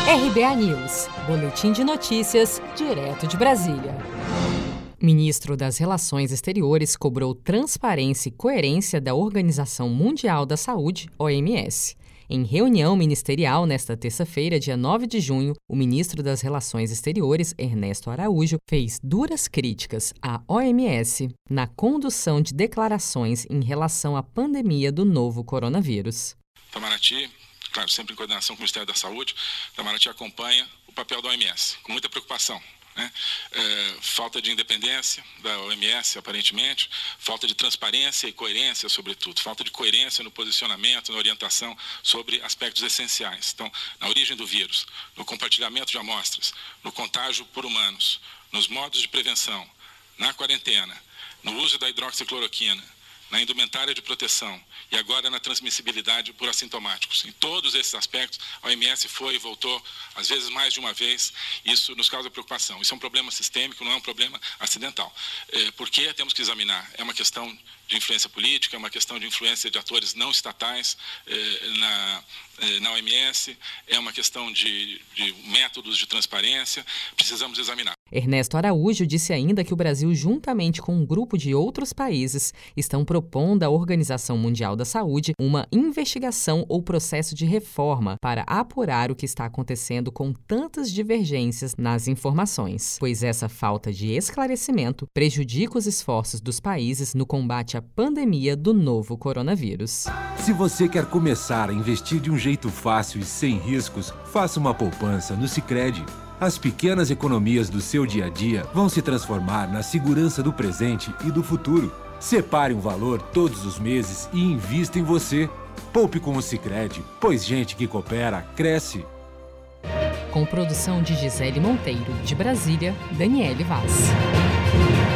RBA News, boletim de notícias, direto de Brasília. Ministro das Relações Exteriores cobrou transparência e coerência da Organização Mundial da Saúde, OMS. Em reunião ministerial nesta terça-feira, dia 9 de junho, o ministro das Relações Exteriores, Ernesto Araújo, fez duras críticas à OMS na condução de declarações em relação à pandemia do novo coronavírus. Itamaraty, claro, sempre em coordenação com o Ministério da Saúde, Itamaraty acompanha o papel da OMS com muita preocupação. Falta de independência da OMS, aparentemente, falta de transparência e coerência, sobretudo, falta de coerência no posicionamento, na orientação sobre aspectos essenciais. Então, na origem do vírus, no compartilhamento de amostras, no contágio por humanos, nos modos de prevenção, na quarentena, no uso da hidroxicloroquina, na indumentária de proteção e agora na transmissibilidade por assintomáticos. Em todos esses aspectos, a OMS foi e voltou, às vezes mais de uma vez. Isso nos causa preocupação. Isso é um problema sistêmico, não é um problema acidental. Por que temos que examinar? É uma questão de influência política, é uma questão de influência de atores não estatais na OMS, é uma questão de métodos de transparência. Precisamos examinar. Ernesto Araújo disse ainda que o Brasil, juntamente com um grupo de outros países, estão propondo à Organização Mundial da Saúde uma investigação ou processo de reforma para apurar o que está acontecendo com tantas divergências nas informações, pois essa falta de esclarecimento prejudica os esforços dos países no combate à pandemia do novo coronavírus. Se você quer começar a investir de um jeito fácil e sem riscos, faça uma poupança no Sicredi. As pequenas economias do seu dia a dia vão se transformar na segurança do presente e do futuro. Separe um valor todos os meses e invista em você. Poupe com o Sicredi, pois gente que coopera, cresce. Com produção de Gisele Monteiro, de Brasília, Daniele Vaz.